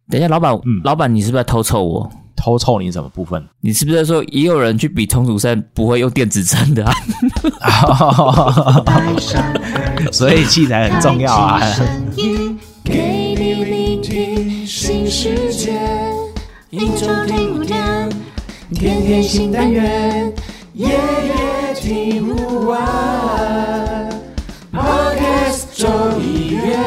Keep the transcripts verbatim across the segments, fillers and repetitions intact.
等一下，老板， 嗯， 老板，你是不是在偷臭我？ 偷臭你什么部分？ 你是不是在说也有人去比冲煮赛不会用电子秤的啊？ 所以器材很重要啊。 给你聆听新世界，一周听五天，天天新单元，夜夜听不完。Podcast 周一月。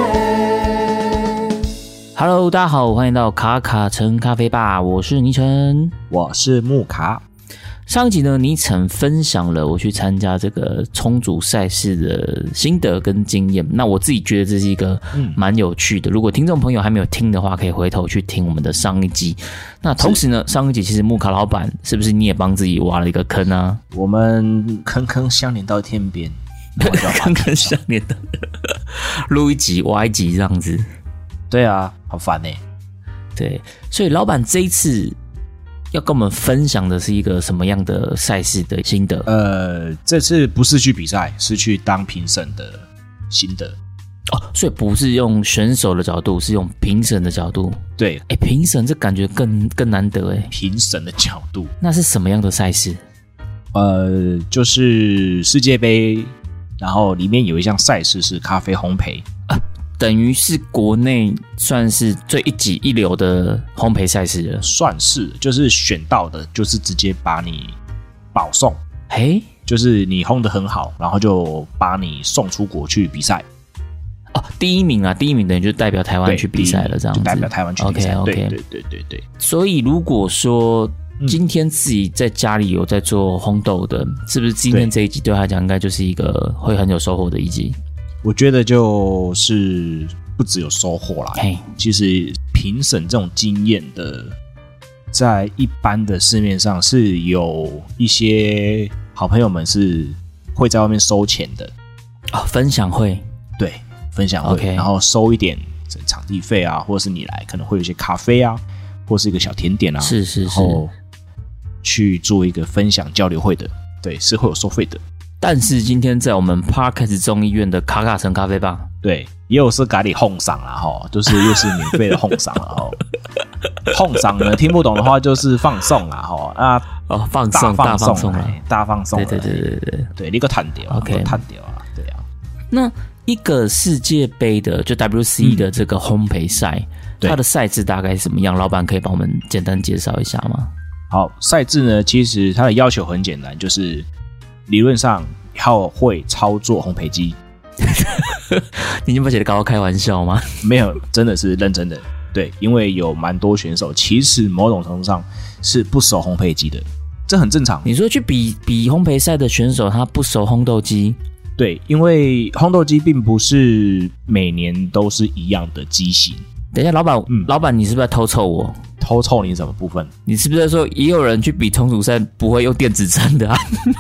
Hello， 大家好，欢迎到卡卡城咖啡吧，我是倪晨， 我是木卡。 上一集呢，倪晨分享了我去参加这个冲煮赛事的心得跟经验。那我自己觉得这是一个蛮有趣的。如果听众朋友还没有听的话，可以回头去听我们的上一集。那同时呢，上一集其实木卡老板是不是你也帮自己挖了一个坑啊？ 我们坑坑相连到天边， 坑坑相连的，录一集挖一集这样子。 对啊，好烦欸。 对，所以老板这一次要跟我们分享的是一个什么样的赛事的心得？ 呃，这次不是去比赛，是去当评审的心得。 哦，所以不是用选手的角度，是用评审的角度。 对， 哎，评审这感觉更更难得哎。 评审的角度， 那是什么样的赛事？ 呃，就是世界杯，然后里面有一项赛事是咖啡烘焙。 啊，等于是国内算是最一级一流的烘焙赛事了， 算是，就是选到的，就是直接把你保送， 嘿， 就是你烘得很好，然后就把你送出国去比赛。 哦，第一名啊，第一名等于就代表台湾去比赛了，这样子， 就代表台湾去比赛。 OK OK， 对对对对对。 所以如果说今天自己在家里有在做烘豆的，嗯，是不是今天这一集对他来讲应该就是一个会很有收获的一集？ 我觉得就是不只有收获啦，其实评审这种经验的，在一般的市面上是有一些好朋友们是会在外面收钱的哦，分享会， 对，分享会， okay， 然后收一点场地费啊，或者是你来可能会有一些咖啡啊，或是一个小甜点啊， 是是是， 然后去做一个分享交流会的，对，是会有收费的。 但是今天在我们 Podcast 众议院的卡卡城咖啡吧， 对，也有是咖喱烘赏啦齁，就是又是免费的烘赏啦齁。烘赏呢，听不懂的话就是放送啦齁啊， 哦，放送大放送啦，大放送， 对对对对对， 对，你个探掉 ，OK， 探掉啊，对啊。 那一个世界杯的就 W C 的这个烘焙赛，嗯，它的赛制大概是什么样？老板可以帮我们简单介绍一下吗？ 好，赛制呢，其实它的要求很简单，就是理论上要会操作烘焙机。 你已经不觉得刚刚开玩笑吗？ 没有，真的是认真的。对，因为有蛮多选手其实某种程度上是不熟烘焙机的，这很正常。 你说去比比烘焙赛的选手他不熟烘豆机？ 对，因为烘豆机并不是每年都是一样的机型。 等一下，老板，嗯，老板，你是不是在偷臭我？ 偷臭你什么部分？ 你是不是在说也有人去比冲煮赛不会用电子秤的啊？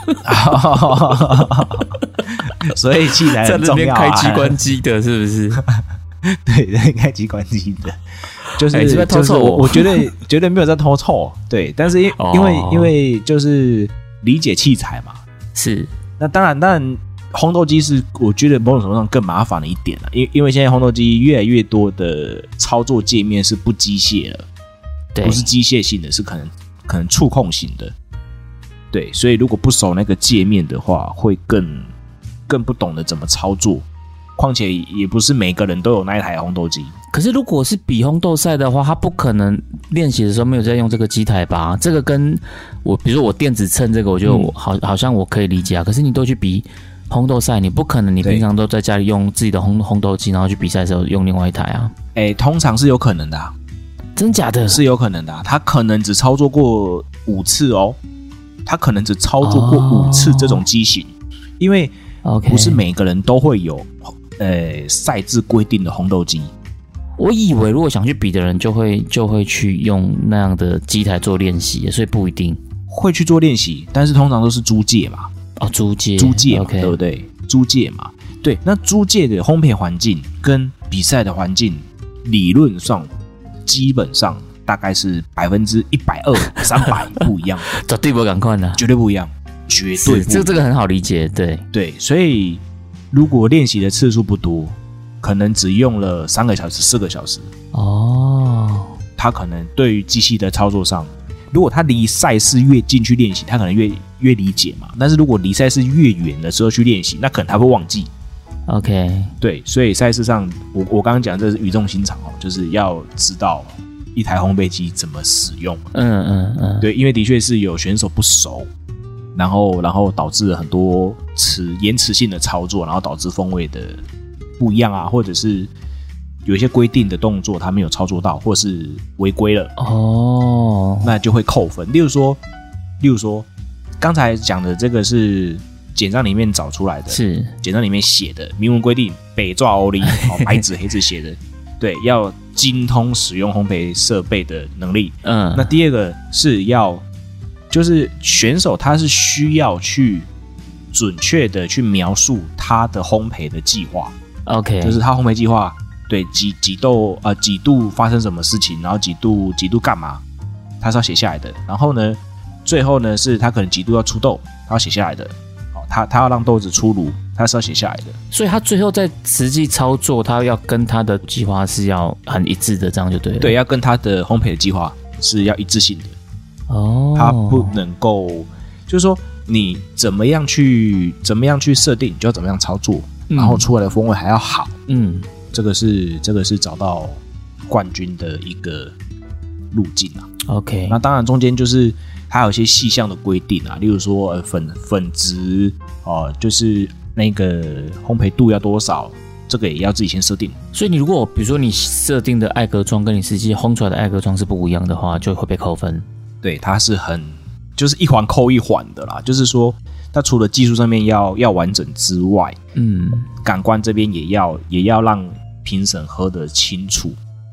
所以器材很重要，啊， 在那边开机关机的，是不是？ 对，在开机关机的，就是、 欸、你是不是偷臭我？ 就是、我, 我绝对绝对没有在偷臭，对，但是因、哦、因为因为就是理解器材嘛， 是。 那当然，当然，烘豆机是我觉得某种程度上更麻烦的一点了，因因为现在烘豆机越来越多的操作界面是不机械了， 对， 不是机械性的，是可能可能触控型的，对，所以如果不熟那个界面的话，会更更不懂得怎么操作。况且也不是每个人都有那一台烘豆机。 可是如果是比烘豆赛的话，他不可能练习的时候没有在用这个机台吧？这个跟我比如说我电子秤这个，我就、嗯、好好像我可以理解啊。可是你都去比烘豆赛，你不可能你平常都在家里用自己的烘烘豆机，然后去比赛的时候用另外一台啊？ 哎，通常是有可能的、啊， 真假的？ 是有可能的、啊。他可能只操作过五次哦，他可能只操作过五次这种机型，哦、因为不是每个人都会有。呃，赛制规定的烘豆机， 我以为如果想去比的人就会就会去用那样的机台做练习，所以不一定会去做练习，但是通常都是租借嘛。 哦，租借， 租借嘛， okay. 对不对？租借嘛，对。那租借的烘焙环境跟比赛的环境，理论上基本上大概是百分之一百二、三百不一样， 绝对不赶快的， 绝对不一样，绝对不一样。 这这个很好理解，对对，所以。如果练习的次数不多，可能只用了三个小时、四个小时， 哦， 他可能对于机器的操作上，如果他离赛事越近去练习，他可能越越理解嘛。但是如果离赛事越远的时候去练习，那可能他会忘记。 OK， 对，所以赛事上，我我刚刚讲这是语重心长哦，就是要知道一台烘焙机怎么使用。 嗯嗯嗯， 对，因为的确是有选手不熟，然后然后导致了很多迟延迟性的操作，然后导致风味的不一样啊，或者是有一些规定的动作他没有操作到，或是违规了哦， 那就会扣分。例如说，例如说，刚才讲的这个是简章里面找出来的， 是简章里面写的明文规定，北抓欧力，白纸黑字写的，对，要精通使用烘焙设备的能力。嗯，那第二个是要，就是选手他是需要去准确的去描述他的烘焙的计划。 OK， 就是他烘焙计划，对几几度呃几度发生什么事情，然后几度几度干嘛，他是要写下来的。然后呢，最后呢是他可能几度要出豆，他要写下来的。他他要让豆子出炉，他是要写下来的， 所以他最后在实际操作，他要跟他的计划是要很一致的，这样就对了。 对，要跟他的烘焙的计划是要一致性的。 哦， 他不能够，就是说你怎么样去怎么样去设定，你就要怎么样操作，嗯、然后出来的风味还要好。嗯，这个是这个是找到冠军的一个路径啊。 OK， 那当然中间就是它有一些细项的规定啊，例如说呃粉粉质哦、呃，就是那个烘焙度要多少，这个也要自己先设定。 所以你如果比如说你设定的艾格装跟你实际烘出来的艾格装是不一样的话，就会被扣分。 对，它是很就是一环扣一环的啦，就是说它除了技术上面要要完整之外，嗯，感官这边也要也要让评审喝得清楚。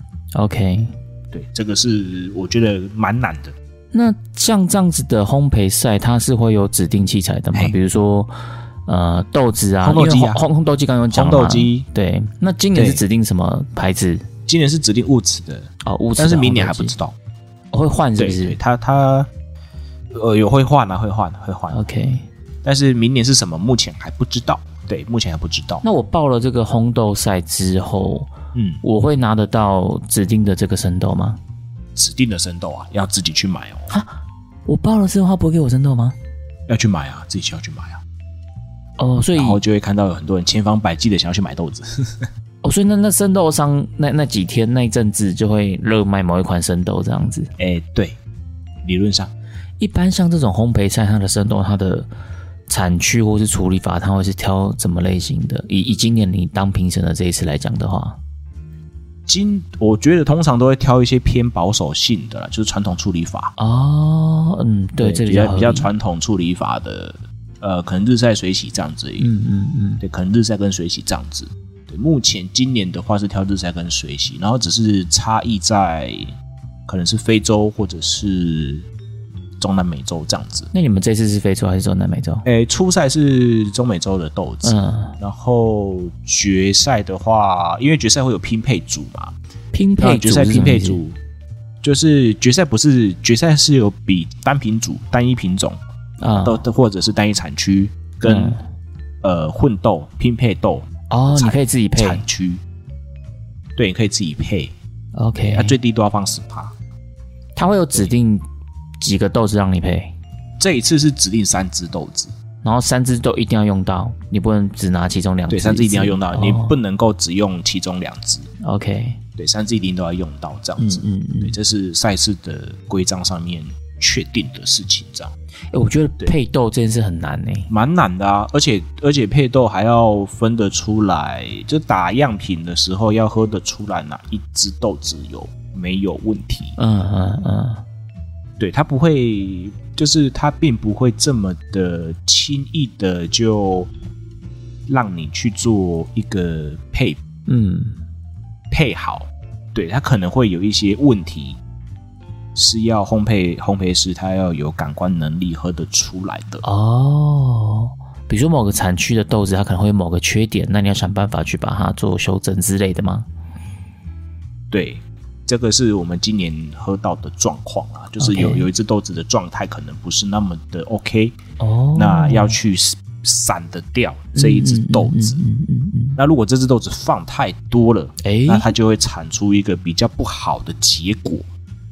OK。 对，这个是我觉得蛮难的。 那像这样子的烘焙赛，它是会有指定器材的吗？比如说，呃，豆子啊， 烘豆机啊， 烘烘豆机刚刚有讲嘛， 烘豆机。 对，那今年是指定什么牌子？ 今年是指定物质的哦，物质， 但是明年还不知道， 哦、会换是不是？ 对对，它它呃有会换啊，会换会换。 OK， 但是明年是什么，目前还不知道。对，目前还不知道。 那我报了这个烘豆赛之后。嗯，我会拿得到指定的这个生豆吗？ 指定的生豆啊，要自己去买哦。 哈，我报了之后，他不会给我生豆吗？ 要去买啊，自己需要去买啊。 哦，所以然后就会看到有很多人千方百计的想要去买豆子。 哦，所以那那生豆商那那几天那一阵子就会热卖某一款生豆这样子。 哎，对，理论上， 一般像这种烘焙菜，它的生豆它的产区或是处理法，它会是挑怎么类型的？以以今年你当评审的这一次来讲的话。 今我觉得通常都会挑一些偏保守性的啦，就是传统处理法哦，嗯，对，这比较比较传统处理法的，呃，可能日晒水洗这样子而已，嗯嗯嗯，对，可能日晒跟水洗这样子。对，目前今年的话是挑日晒跟水洗，然后只是差异在可能是非洲或者是中南美洲这样子。 那你们这次是非洲还是中南美洲？ 诶，初赛是中美洲的豆子，嗯，然后决赛的话，因为决赛会有拼配组嘛， 拼配组决赛拼配组就是决赛不是决赛是有比单品组、单一品种啊，都、嗯、或者是单一产区跟、嗯、呃混豆拼配豆哦，你可以自己配产区，对，你可以自己配 ，OK， 它最低都要放十趴， 它会有指定。几个豆子让你配？ 这一次是指定三只豆子， 然后三只都一定要用到，你不能只拿其中两只。 对，三只一定要用到，哦、你不能够只用其中两只。 OK， 对，三只一定都要用到，这样子。嗯嗯嗯，对，这是赛事的规章上面确定的事情，这样。 哎，我觉得配豆这件事很难呢， 蛮难的啊，而且而且配豆还要分得出来，就打样品的时候要喝得出来哪一只豆子有没有问题。嗯嗯嗯。对，它不会，就是它并不会这么的轻易的就让你去做一个配，嗯，配好。对，它可能会有一些问题，是要烘焙烘焙师他要有感官能力喝得出来的。 哦，比如说某个产区的豆子，它可能会有某个缺点，那你要想办法去把它做修正之类的吗？ 对。这个是我们今年喝到的状况啊，就是有、okay. 有一只豆子的状态可能不是那么的 OK， 哦，那要去散得掉这一只豆子。嗯嗯嗯嗯、那如果这只豆子放太多了，欸、那它就会产出一个比较不好的结果。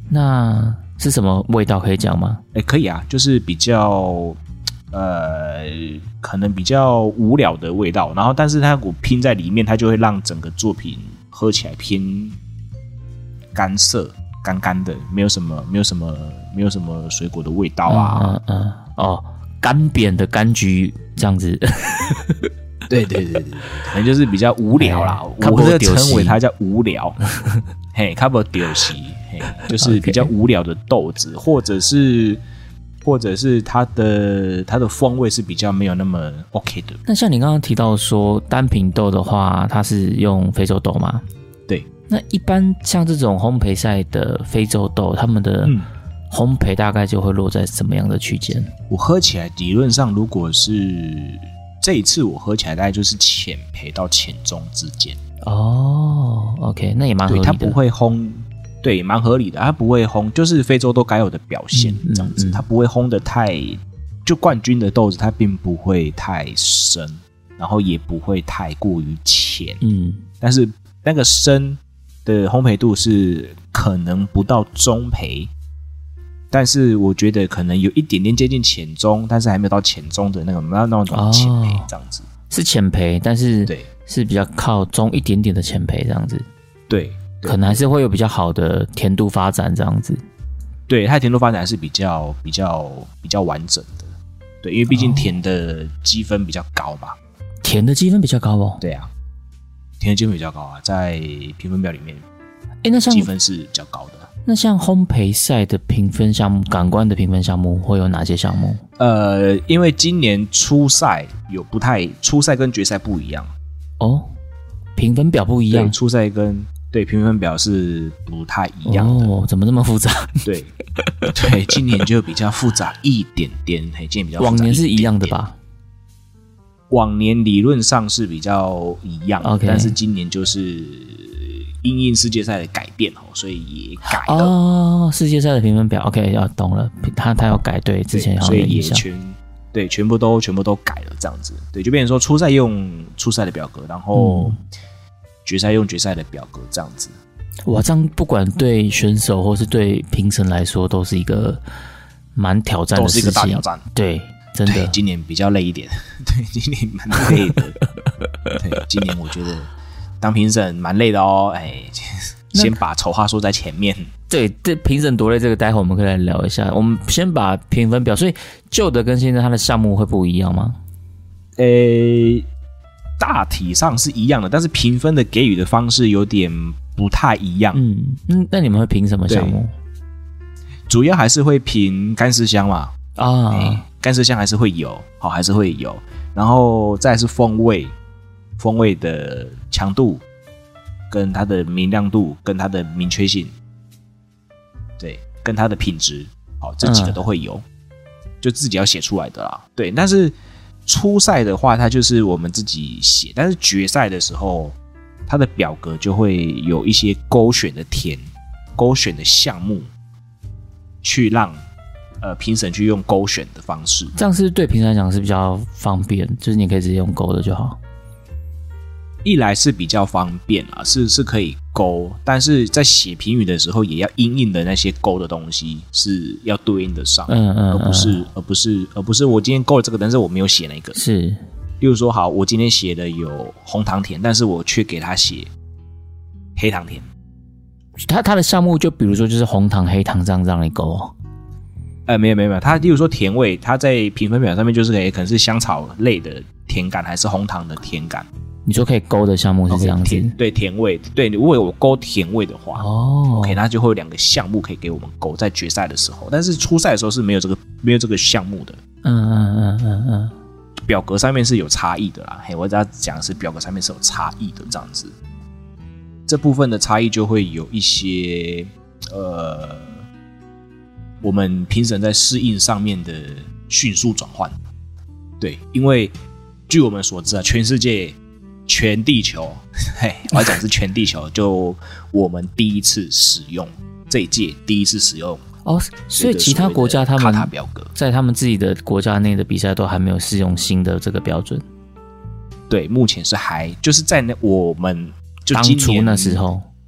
那是什么味道可以讲吗？ 哎，可以啊，就是比较呃，可能比较无聊的味道，然后但是它我拼在里面，它就会让整个作品喝起来偏干涩、干干的，没有什么、没有什么、没有什么水果的味道啊。 嗯嗯嗯哦，干扁的柑橘这样子。 对对对对，可能就是比较无聊啦。我这个称为它叫无聊。嘿，卡不丢西，嘿，就是比较无聊的豆子， okay. 或者是。或者是它的它的风味是比较没有那么 OK 的。 那像你刚刚提到说单品豆的话，它是用非洲豆吗？ 对。 那一般像这种烘焙赛的非洲豆，他们的烘焙大概就会落在什么样的区间？ 我喝起来理论上，如果是这一次我喝起来，大概就是浅焙到浅中之间。 哦 ，OK， 那也蛮合理的。 对，它不会烘。对，蛮合理的，它不会烘，就是非洲豆该有的表现，嗯、这样子，嗯嗯、它不会烘的太，就冠军的豆子，它并不会太深，然后也不会太过于浅，嗯，但是那个深的烘焙度是可能不到中焙，但是我觉得可能有一点点接近浅中，但是还没有到浅中的那种那那种浅焙这样子， 是浅焙，但是对是比较靠中一点点的浅焙这样子， 对。 可能还是会有比较好的甜度发展这样子， 对，它的甜度发展还是比较比较比较完整的，对，因为毕竟甜的积分比较高嘛， 哦、甜的积分比较高哦， 对啊，甜的积分比较高啊，在评分表里面， 哎，那像积分是比较高的。 那像烘焙赛的评分项目，感官的评分项目会有哪些项目？ 呃，因为今年初赛有不太，初赛跟决赛不一样哦，评分表不一样， 对，初赛跟对，评分表是不太一样的。 哦，怎么这么复杂？ 对，对，今年就比较复杂一点点。嘿，今年比较复杂一点点。 往年是一样的吧？ 往年理论上是比较一样的， okay. 但是今年就是因应世界赛的改变哦，所以也改了。 哦，世界赛的评分表 ，OK， 要懂了，他他要改，对，之前所以也全对全部都全部都改了，这样子，对，就变成说初赛用初赛的表格，然后。嗯决赛用决赛的表格这样子， 哇，这样不管对选手或是对评审来说，都是一个蛮挑战的事情， 都是一个大挑战。 对，真的， 今年比较累一点，对，今年蛮累的。对，今年我觉得当评审蛮累的哦。哎，先把丑话说在前面。 对，这评审多累，这个待会我们可以来聊一下。我们先把评分表，所以旧的跟现在它的项目会不一样吗？ 诶。大体上是一样的，但是评分的给予的方式有点不太一样。 嗯，那你们会评什么项目？ 主要还是会评干湿香嘛。 啊， 欸、干湿香还是会有，好，还是会有。然后再来是风味，风味的强度，跟它的明亮度，跟它的明确性，对，跟它的品质，好，这几个都会有，嗯、就自己要写出来的啦。对，但是。初赛的话，它就是我们自己写，但是决赛的时候，它的表格就会有一些勾选的填、勾选的项目，去让呃评审去用勾选的方式。 这样是对评审来讲是比较方便，就是你可以直接用勾的就好。 一来是比较方便啊，是是可以勾，但是在写评语的时候，也要因应的那些勾的东西是要对应得上， 嗯嗯， 而不是而不是而不是我今天勾了这个，但是我没有写那个。 是， 例如说，好，我今天写的有红糖甜，但是我却给他写黑糖甜。 他他的项目就比如说就是红糖、黑糖这样让你勾哦。 呃，没有没有没有，他例如说甜味，他在评分表上面就是可以可能是香草类的甜感，还是红糖的甜感。 你说可以勾的项目是这样子， okay, 甜对甜味，对，如果我勾甜味的话， 哦 ，OK， 那就会有两个项目可以给我们勾，在决赛的时候，但是初赛的时候是没有这个没有这个项目的， 嗯嗯嗯嗯嗯， 表格上面是有差异的啦，嘿，我只要讲的是表格上面是有差异的这样子，这部分的差异就会有一些呃，我们评审在适应上面的迅速转换，对，因为据我们所知啊，全世界。全地球，嘿，我要讲是全地球，就我们第一次使用这一届第一次使用哦，所以其他国家他们卡塔表格在他们自己的国家内的比赛都还没有适用新的这个标准。 对，目前是还就是在那我们就当初那时候，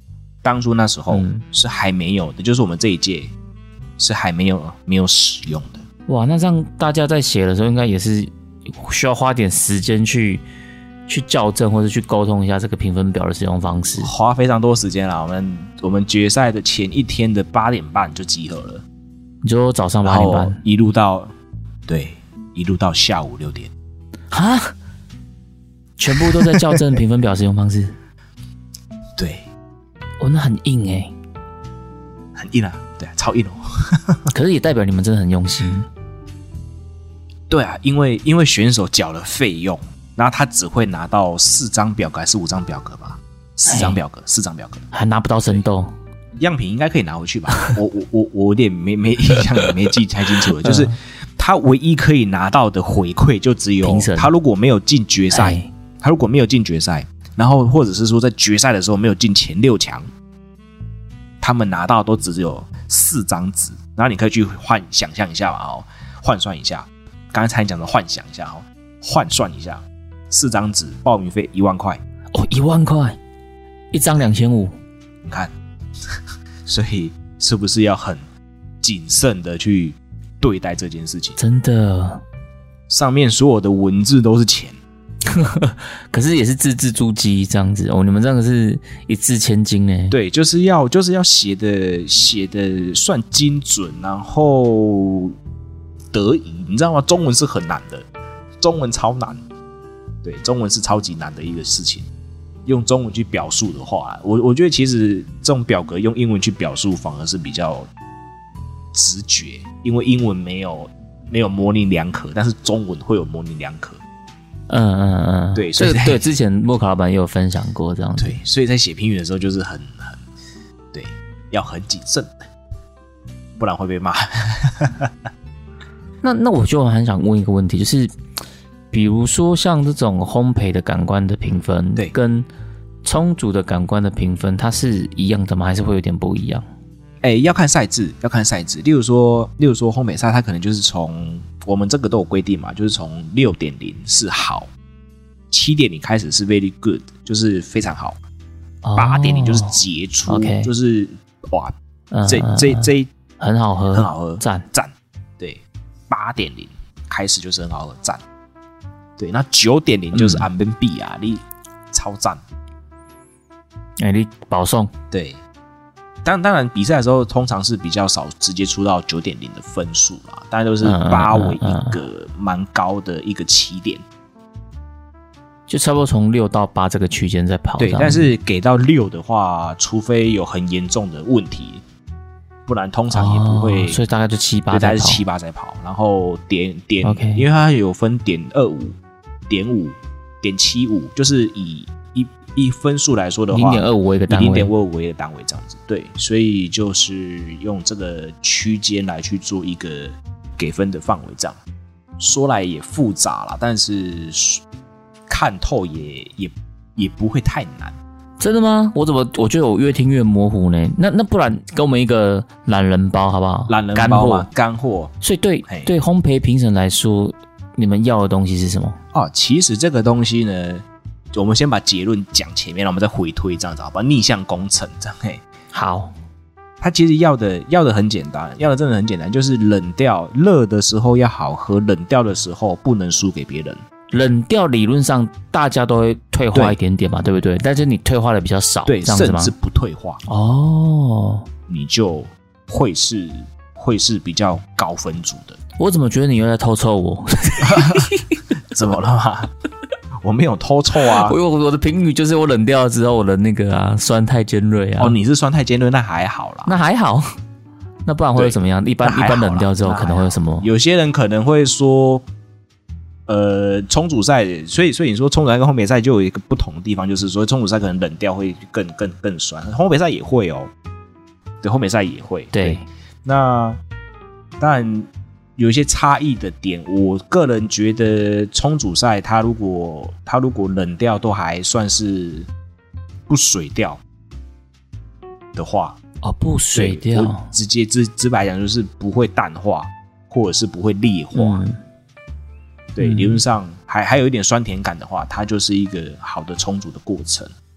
当初那时候是还没有的，嗯、就是我们这一届是还没有没有使用的。 哇，那这样大家在写的时候，应该也是需要花点时间去去校正或者去沟通一下这个评分表的使用方式， 花非常多时间啦。我们我们决赛的前一天的八点半就集合了， 你就早上八点半一路到对一路到下午六点， 哈，全部都在校正评分表使用方式。 对， 哦，那很硬哎、欸， 很硬啊，对啊，超硬哦。 可是也代表你们真的很用心。 对啊，因为因为选手缴了费用，然后他只会拿到四张表格还是五张表格吧？四张表格，四张表格， 还拿不到生豆。 样品应该可以拿回去吧？我我我我有点没没印象，没记太清楚了。就是他唯一可以拿到的回馈，就只有他如果没有进决赛，他如果没有进决赛，然后或者是说在决赛的时候没有进前六强，他们拿到都只有四张纸。然后你可以去换想象一下吧，哦，换算一下。刚才讲的幻想一下哦，换算一下，四张纸报名费一万块哦，一万块，一张两千五， 你看，所以是不是要很谨慎的去对待这件事情？ 真的， 上面所有的文字都是钱， 可是也是字字珠玑这样子哦，你们这个是一字千金呢。 对，就是要就是要写的写的算精准，然后得宜，你知道吗？中文是很难的，中文超难，对，中文是超级难的一个事情。用中文去表述的话，我我觉得其实这种表格用英文去表述反而是比较直觉，因为英文没有没有模棱两可，但是中文会有模棱两可。 嗯嗯嗯， 对，所以对，之前莫卡老板也有分享过这样子。 对，所以在写评语的时候就是很很对，要很谨慎，不然会被骂。 那那我就很想问一个问题，就是比如说像这种烘焙的感官的评分， 对， 跟冲煮的感官的评分，它是一样的吗？还是会有点不一样？ 哎、欸，要看赛制，要看赛制。例如说，例如说烘焙赛，它可能就是从我们这个都有规定嘛，就是从六点零是好，七点零开始是 very good， 就是非常好，八点零就是杰出， okay， 就是哇， 嗯、 这这这很好喝， 很好喝， 赞赞。对，八点零开始就是很好喝，赞。对，那九点零就是安边比啊，你超赞。 哎、欸，你保送。 对，当当然比赛的时候通常是比较少直接出到九点零的分数啦，大概都是八为一个蛮高的一个起点， 就差不多从六到八这个区间在跑。 对，但是给到六的话，除非有很严重的问题，不然通常也不会。 哦、所以大概就七八， 大概是七八在跑，然后点点， okay， 因为它有分点二五、点五、点七五，就是以一一分数来说的话， 零点二五为一个单位， 零点二五为一个单位这样子。对，所以就是用这个区间来去做一个给分的范围，这样说来也复杂啦，但是看透也也也不会太难。 真的吗？我怎么我觉得我越听越模糊呢？那那不然给我们一个懒人包好不好？ 懒人包嘛，干货。 所以对对烘焙评审来说，你们要的东西是什么？ 哦，其实这个东西呢，我们先把结论讲前面，然后我们再回推，这样子好吧？逆向工程这样。嘿， 好。 它其实要的要的很简单，要的真的很简单，就是冷掉，热的时候要好喝，冷掉的时候不能输给别人。 冷掉理论上大家都会退化一点点嘛， 对, 对不对？但是你退化的比较少， 对， 这样子吗？ 甚至不退化哦， 你就会是会是比较高分组的。 我怎么觉得你又在偷臭我？ 怎么了嘛？我没有偷臭啊！ 我我的评语就是我冷掉之后我的那个啊酸太尖锐啊。 哦，你是酸太尖锐，那还好啦， 那还好。那不然会有怎么样？一般一般冷掉之后可能会有什么？ 有些人可能会说。呃，冲煮赛，所以所以你说冲煮赛跟烘焙赛就有一个不同的地方，就是说冲煮赛可能冷掉会更更更酸，烘焙赛也会哦，对，烘焙赛也会。 对， 对那当然有一些差异的点，我个人觉得冲煮赛它如果它如果冷掉都还算是不水掉的话， 哦，不水掉， 直接直直白讲就是不会淡化，或者是不会裂化。嗯对，理论上还还有一点酸甜感的话，它就是一个好的冲煮的过程。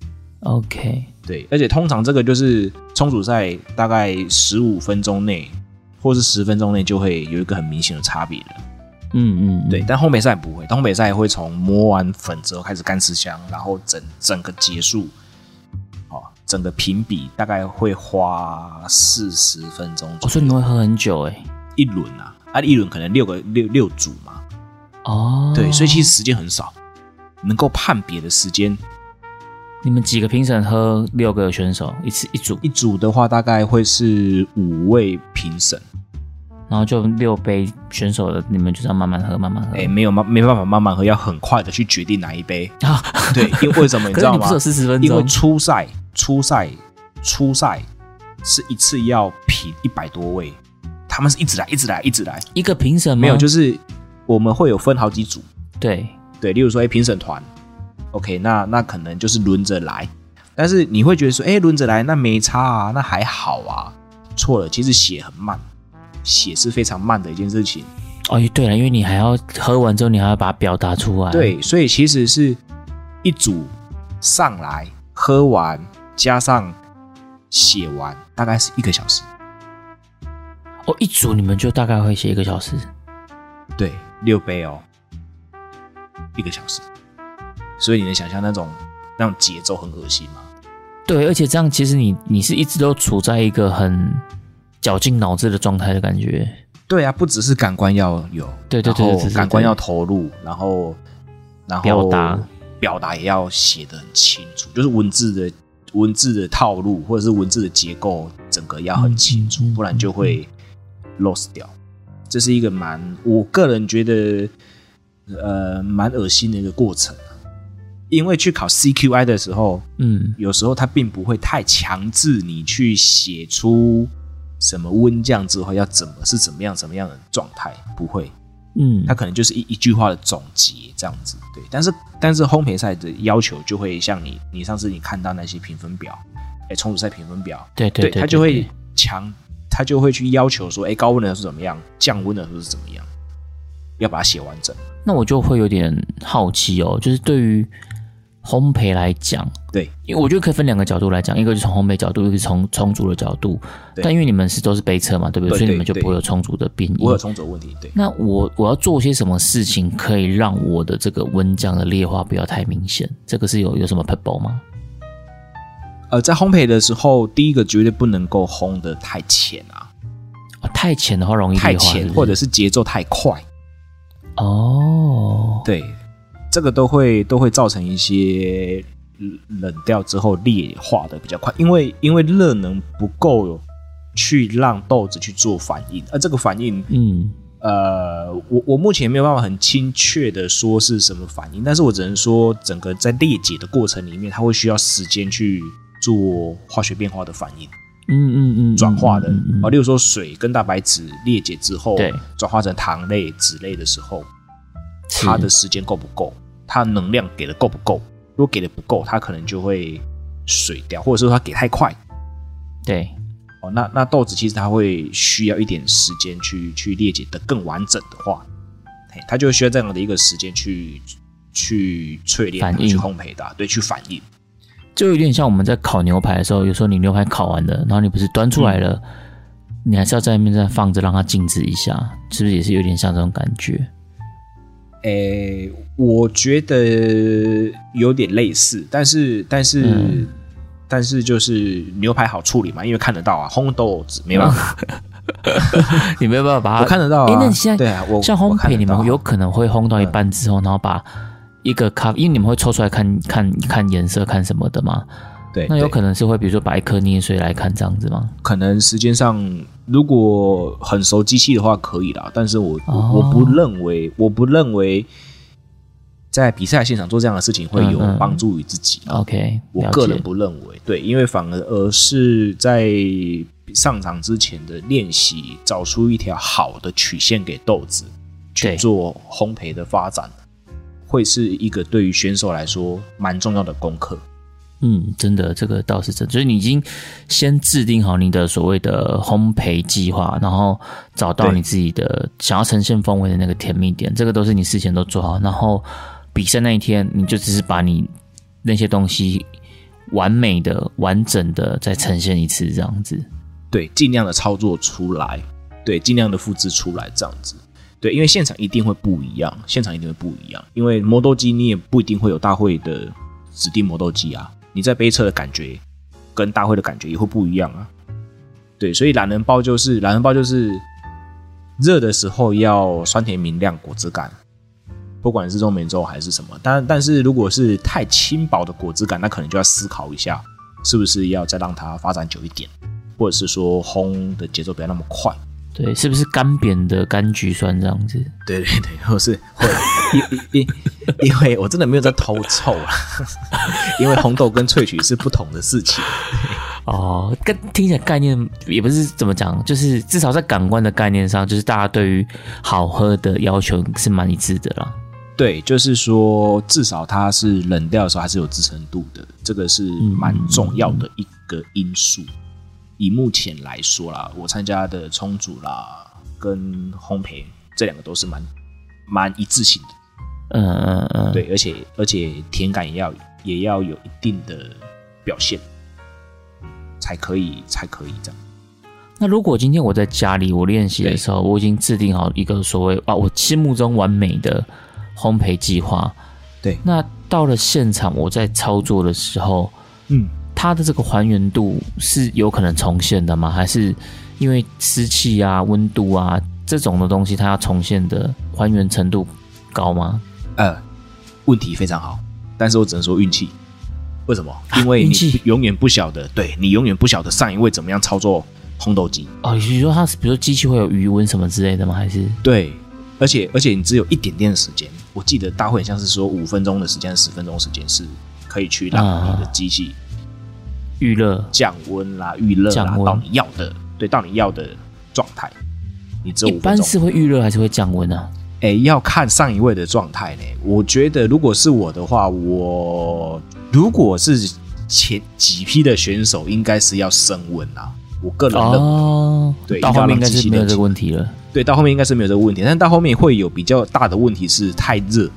OK， 对，而且通常这个就是冲煮赛大概十五分钟内或是十分钟内就会有一个很明显的差别了。 嗯嗯，嗯对，但烘焙赛不会，烘焙赛会从磨完粉之后开始干湿香，然后整整个结束，哦，整个评比大概会花四十分钟左右。 我说你们会喝很久哎、欸， 一轮啊，啊一轮可能六个六六组嘛。 哦， 对，所以其实时间很少，能够判别的时间。 你们几个评审喝六个选手一次一组？ 一组的话大概会是五位评审。 然后就六杯选手的，你们就这样慢慢喝，慢慢喝。 哎、欸，没有没办法慢慢喝，要很快的去决定哪一杯。啊、对，因为为什么你知道吗？ 可是你不是有四十分钟？ 因为初赛、初赛、初赛是一次要评一百多位，他们是一直来、一直来、一直来。 一个评审吗？ 没有，就是我们会有分好几组。 对对，例如说，哎、欸，评审团 ，OK， 那那可能就是轮着来，但是你会觉得说，哎、欸，轮着来那没差啊，那还好啊。错了，其实血很慢。血是非常慢的一件事情哦，对了，因为你还要喝完之后，你还要把它表达出来。 对，所以其实是一组上来喝完，加上写完，大概是一个小时。 哦，一组你们就大概会写一个小时？ 对，六杯哦，一个小时。所以你能想象那种那种节奏很恶心吗？ 对，而且这样其实你你是一直都处在一个很绞尽脑汁的状态的感觉。 对啊，不只是感官要有， 对对 对, 对, 对, 对， 感官要投入，然后然后表达表达也要写得很清楚，就是文字的文字的套路或者是文字的结构，整个要很清楚，嗯、不然就会 lost 掉。这是一个蛮，我个人觉得呃蛮恶心的一个过程。因为去考 C Q I 的时候，嗯，有时候它并不会太强制你去写出什么温酱之后要怎么是怎么样怎么样的状态，不会，嗯，它可能就是一一句话的总结这样子，对。但是但是烘焙赛的要求就会像你你上次你看到那些评分表，哎，冲煮赛评分表， 对对 对, 对, 对， 它就会强，它就会去要求说，哎，高温的是怎么样，降温的是怎么样，要把它写完整。 那我就会有点好奇哦，就是对于烘焙来讲， 对， 因为我觉得可以分两个角度来讲，一个是从烘焙角度，一个是从冲煮的角度。但因为你们是都是杯测嘛，对不对？对，所以你们就不会有冲煮的变异， 不会有冲煮的问题。对。那我我要做些什么事情可以让我的这个温酱的裂化不要太明显？这个是有有什么 pebble 吗？ 呃，在烘焙的时候，第一个绝对不能够烘得太浅啊、 哦，太浅的话容易裂化， 太浅或者是节奏太快。 哦， 对。这个都会都会造成一些冷掉之后裂化的比较快，因为因为热能不够去让豆子去做反应，而这个反应，嗯，呃，我我目前没有办法很精确的说是什么反应，但是我只能说整个在裂解的过程里面，它会需要时间去做化学变化的反应， 嗯嗯嗯， 转化的， 嗯嗯啊，例如说水跟蛋白质裂解之后， 对， 转化成糖类、脂类的时候，它的时间够不够？它能量给的够不够？如果给的不够，它可能就会水掉，或者说它给太快。 对， 哦，那那豆子其实它会需要一点时间去去裂解的更完整的话，它就需要这样的一个时间去去淬炼、去烘焙的、啊，对，去反应。 就有点像我们在烤牛排的时候，有时候你牛排烤完了，然后你不是端出来了，嗯、你还是要在那边再放着让它静置一下，是不是也是有点像这种感觉？ 诶，我觉得有点类似，但是但是、嗯、但是就是牛排好处理嘛，因为看得到啊，烘豆子没办法， 你没有办法把它， 我看得到啊。 欸、那你现在对啊，我像烘焙，你们有可能会烘到一半之后，嗯、然后把一个咖，因为你们会抽出来看看看颜色看什么的嘛。 对， 那有可能是会比如说把一颗捏碎来看这样子吗？ 可能时间上如果很熟机器的话可以啦，但是我、哦、我不认为我不认为在比赛现场做这样的事情会有帮助于自己。 嗯嗯 OK， 我个人不认为，对，因为反而而是在上场之前的练习，找出一条好的曲线给豆子去做烘焙的发展，会是一个对于选手来说蛮重要的功课。 嗯，真的，这个倒是真的，就是你已经先制定好你的所谓的烘焙计划，然后找到你自己的想要呈现风味的那个甜蜜点，这个都是你事前都做好，然后比赛那一天你就只是把你那些东西完美的、完整的再呈现一次这样子。 对，尽量的操作出来，对，尽量的复制出来这样子。对，因为现场一定会不一样，现场一定会不一样，因为磨豆机你也不一定会有大会的指定磨豆机啊，你在杯测的感觉跟大会的感觉也会不一样啊。对，所以懒人包就是懒人包就是热的时候要酸甜明亮果汁感，不管是中美洲还是什么，但但是如果是太轻薄的果汁感，那可能就要思考一下，是不是要再让它发展久一点，或者是说烘的节奏不要那么快。 对，是不是干扁的柑橘酸这样子？ 对对对，或是或因因因为我真的没有在偷臭啦，因为红豆跟萃取是不同的事情。 哦，跟听起来概念也不是怎么讲，就是至少在感官的概念上，就是大家对于好喝的要求是蛮一致的啦。 对，就是说至少它是冷掉的时候还是有支撑度的，这个是蛮重要的一个因素。嗯，以目前来说啦，我参加的冲煮啦跟烘焙这两个都是蛮蛮一致性的。 嗯嗯嗯， 对，而且而且甜感也要也要有一定的表现，才可以才可以这样。 那如果今天我在家里我练习的时候，我已经制定好一个所谓啊我心目中完美的烘焙计划， 对， 那到了现场我在操作的时候， 嗯。 它的这个还原度是有可能重现的吗？还是因为湿气啊、温度啊这种的东西，它要重现的还原程度高吗？ 呃，问题非常好，但是我只能说运气。为什么？因为你永远不晓得，对你永远不晓得上一位怎么样操作烘豆机。 哦，你是说它比如说机器会有余温什么之类的吗？还是对，而且而且你只有一点点的时间。我记得大会很像是说五分钟的时间、十分钟的时间是可以去让你的机器。 预热、 降温啦、预热啦，到你要的，对，到你要的状态，你只有五分钟。 一般是会预热还是会降温啊？ 哎，要看上一位的状态呢。我觉得，如果是我的话，我如果是前几批的选手，应该是要升温啊。我个人认为，哦、对， 到后面应该是没有这个问题了。 对，到后面应该是没有这个问题，但到后面会有比较大的问题是太热。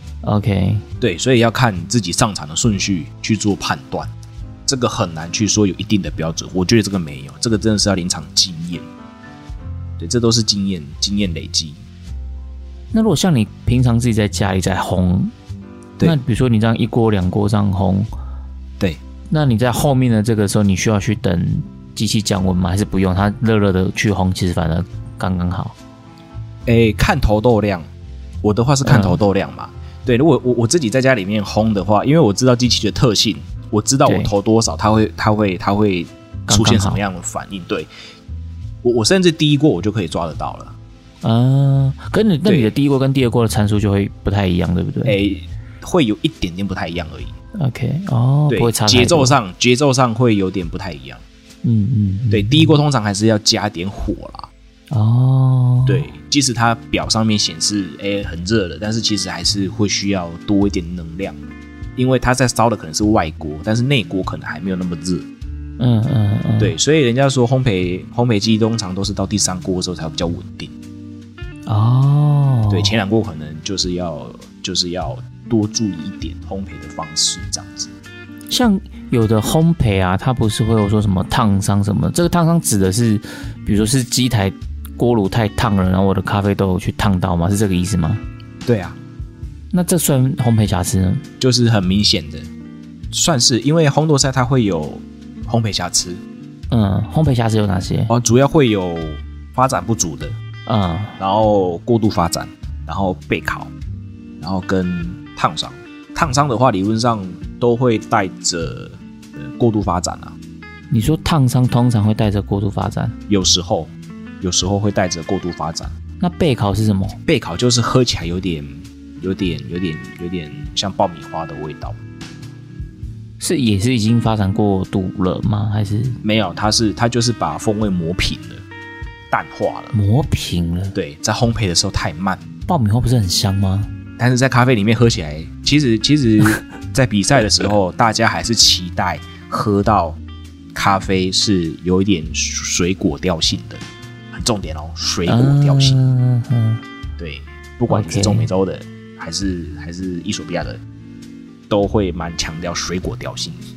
OK， 对，所以要看自己上场的顺序去做判断。这个很难去说有一定的标准，我觉得这个没有，这个真的是要临场经验。对，这都是经验，经验累积。 那如果像你平常自己在家里在烘，那比如说你这样一锅两锅这样烘， 对， 那你在后面的这个时候，你需要去等机器降温吗？还是不用？它热热的去烘，其实反而刚刚好。 哎，看投豆量，我的话是看投豆量嘛。嗯、对，如果我我自己在家里面烘的话，因为我知道机器的特性。我知道我投多少，它会它会它会出现什么样的反应？对，我我甚至第一锅我就可以抓得到了。 啊，可是你那你的第一锅跟第二锅的参数就会不太一样，对不对？ 诶，会有一点点不太一样而已。 OK， 哦， 对， 不会差太多， 节奏上节奏上会有点不太一样。 嗯嗯， 对，第一锅通常还是要加点火啦。 哦， 对，即使它表上面显示诶很热了，但是其实还是会需要多一点能量。因为它在烧的可能是外锅，但是内锅可能还没有那么热。 嗯嗯嗯， 对，所以人家说烘焙烘焙机通常都是到第三锅的时候才会比较稳定。 哦， 对，前两锅可能就是要就是要多注意一点烘焙的方式，这样子。 像有的烘焙啊，它不是会有说什么烫伤什么？这个烫伤指的是，比如说是机台锅炉太烫了，然后我的咖啡豆有去烫到吗？是这个意思吗？ 对啊。 那这算烘焙瑕疵呢？ 就是很明显的，算是因为烘豆赛它会有烘焙瑕疵。 嗯，烘焙瑕疵有哪些？ 哦，主要会有发展不足的， 嗯， 然后过度发展，然后备烤，然后跟烫伤。烫伤的话，理论上都会带着、呃、过度发展啊。 你说烫伤通常会带着过度发展？ 有时候，有时候会带着过度发展。 那备烤是什么？ 备烤就是喝起来有点。有点、有点、有点像爆米花的味道， 是也是已经发展过度了吗？还是没有？它是它就是把风味磨平了，淡化了， 磨平了。 对，在烘焙的时候太慢。 爆米花不是很香吗？ 但是在咖啡里面喝起来，其实其实，在比赛的时候，大家还是期待喝到咖啡是有一点水果调性的，很重点哦，水果调性。嗯嗯、对，不管你是中美洲的。Okay.还是还是伊索比亚的，都会蛮强调水果调性。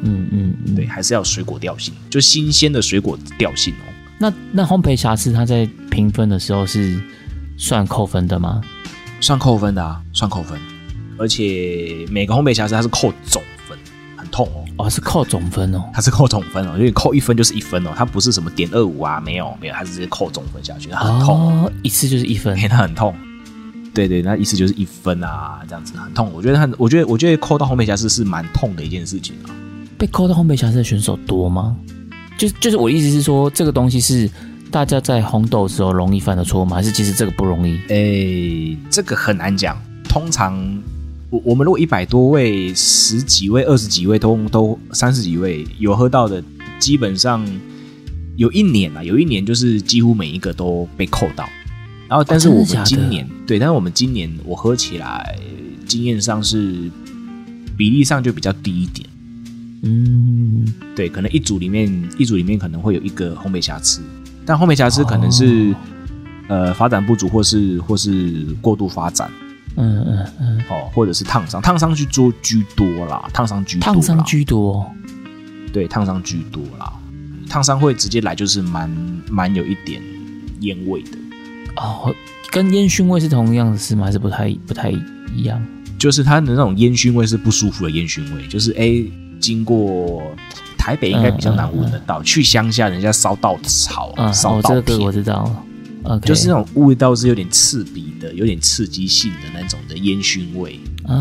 嗯嗯嗯， 对，还是要有水果调性，就新鲜的水果调性哦。 那那烘焙瑕疵它在评分的时候是算扣分的吗？ 算扣分的啊，算扣分，而且每个烘焙瑕疵它是扣总分，很痛哦。 哦，是扣总分哦， 它是扣总分哦，因为扣一分就是一分哦，它不是什么点二五啊，没有没有，它是直接扣总分下去，它很痛哦， 哦一次就是一分， 它很痛。对对，那意思就是一分啊，这样子很痛。我觉得它，我觉得我觉得扣到烘焙瑕疵是蛮痛的一件事情啊。 被扣到烘焙瑕疵的选手多吗？就是就是我的意思是说，这个东西是大家在烘豆的时候容易犯的错吗？还是其实这个不容易？ 诶，这个很难讲。通常我我们如果一百多位、十几位、二十几位都都三十几位有喝到的，基本上有一年啊，有一年就是几乎每一个都被扣到。然后，但是我们今年、哦、对，但是我们今年我喝起来经验上是比例上就比较低一点。嗯，对，可能一组里面一组里面可能会有一个烘焙瑕疵，但烘焙瑕疵可能是、哦、呃发展不足，或是或是过度发展。嗯嗯嗯，哦，或者是烫伤，烫伤去做居多啦，烫伤居多啦， 烫伤居多， 对，烫伤居多啦，烫伤会直接来就是蛮蛮有一点烟味的。 哦，跟烟熏味是同样的事吗？还是不太不太一样？ 就是它的那种烟熏味是不舒服的烟熏味，就是哎，经过台北应该比较难闻得到，嗯嗯嗯、去乡下人家烧稻草、 嗯、 烧稻片， 哦，这个我知道了。Okay. 就是那种味道是有点刺鼻的，有点刺激性的那种的烟熏味啊。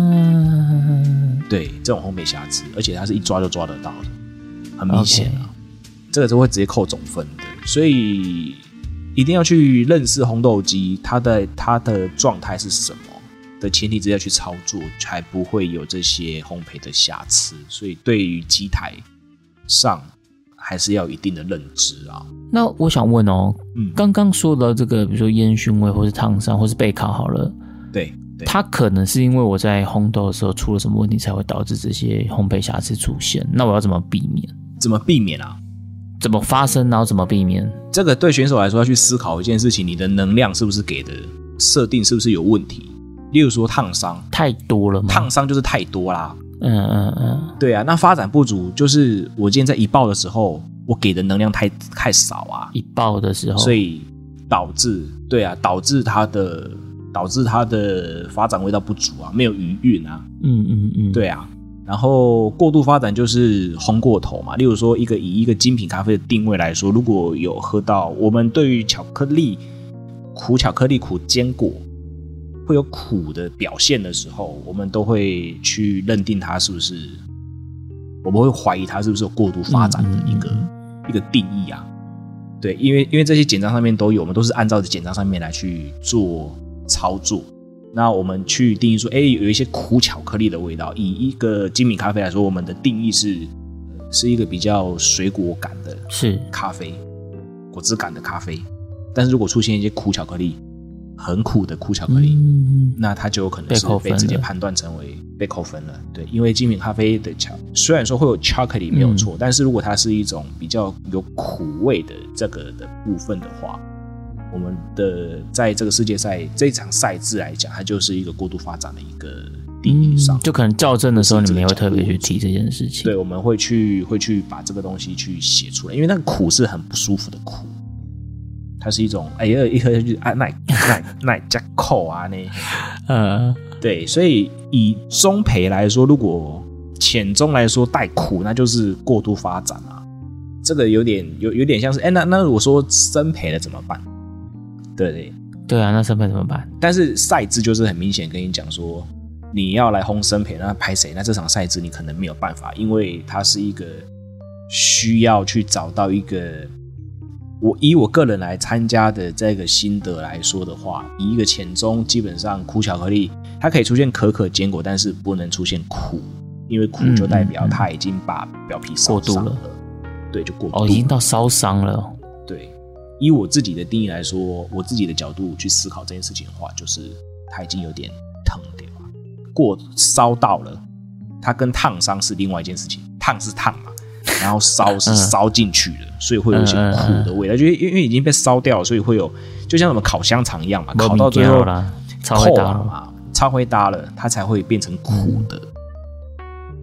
对，这种烘焙瑕疵，而且它是一抓就抓得到的，很明显啊。Okay. 这个就会直接扣总分的，所以一定要去认识烘豆机它的它的状态是什么的前提之下去操作，才不会有这些烘焙的瑕疵。所以对于机台上还是要有一定的认知啊。 那我想问哦，嗯，刚刚说的这个，比如说烟熏味，或是烫伤，或是备烤好了， 对，对， 它可能是因为我在烘豆的时候出了什么问题，才会导致这些烘焙瑕疵出现。那我要怎么避免？ 怎么避免啊？ 怎么发生，然后怎么避免？ 这个对选手来说要去思考一件事情：你的能量是不是给的设定是不是有问题？例如说烫伤太多了吗？ 烫伤就是太多啦。 嗯嗯嗯， 对啊。那发展不足就是我今天在一爆的时候，我给的能量太太少啊。 一爆的时候， 所以导致对啊，导致它的导致它的发展味道不足啊，没有余韵啊。嗯嗯嗯，对啊。然后过度发展就是烘过头嘛。例如说，一个以一个精品咖啡的定位来说，如果有喝到我们对于巧克力苦巧克力苦坚果会有苦的表现的时候，我们都会去认定它是不是，我们会怀疑它是不是有过度发展的一个、嗯、一个定义啊。对，因为因为这些简章上面都有，我们都是按照简章上面来去做操作。那我们去定义说，哎，有一些苦巧克力的味道。以一个精品咖啡来说，我们的定义是是一个比较水果感的是咖啡，果汁感的咖啡。但是如果出现一些苦巧克力，很苦的苦巧克力，嗯、那它就有可能是被直接判断成为被扣分了。对，因为精品咖啡的巧虽然说会有巧克力没有错、嗯，但是如果它是一种比较有苦味的这个的部分的话，我们的在这个世界赛这一场赛制来讲，它就是一个过度发展的一个定义上、嗯， 就可能校正的时候，你们也会特别去提这件事情。 对，我们会去会去把这个东西去写出来，因为那个苦是很不舒服的苦。它是一种哎呀，一喝下去啊，奶奶奶加口啊那，呃，对，所以以中培来说，如果浅中来说带苦，那就是过度发展啊。这个有点有有点像是哎，那那如果说深培了怎么办？对对对啊，那深培怎么办？ 但是赛制就是很明显跟你讲说，你要来烘深培，那拍谁？那这场赛制你可能没有办法，因为它是一个需要去找到一个。我以我个人来参加的这个心得来说的话，以一个浅中，基本上苦巧克力它可以出现可可坚果，但是不能出现苦，因为苦就代表它已经把表皮烧伤了，对，就过度了， 哦，已经到烧伤了。 对，以我自己的定义来说，我自己的角度去思考这件事情的话，就是它已经有点疼掉了，过烧到了，它跟烫伤是另外一件事情，烫是烫嘛。然后烧是烧进去了、嗯，所以会有一些苦的味道，就因为已经被烧掉了，所以会有，就像我们烤香肠一样嘛，烤到最后超会搭了嘛，超会搭了，它才会变成苦的。嗯、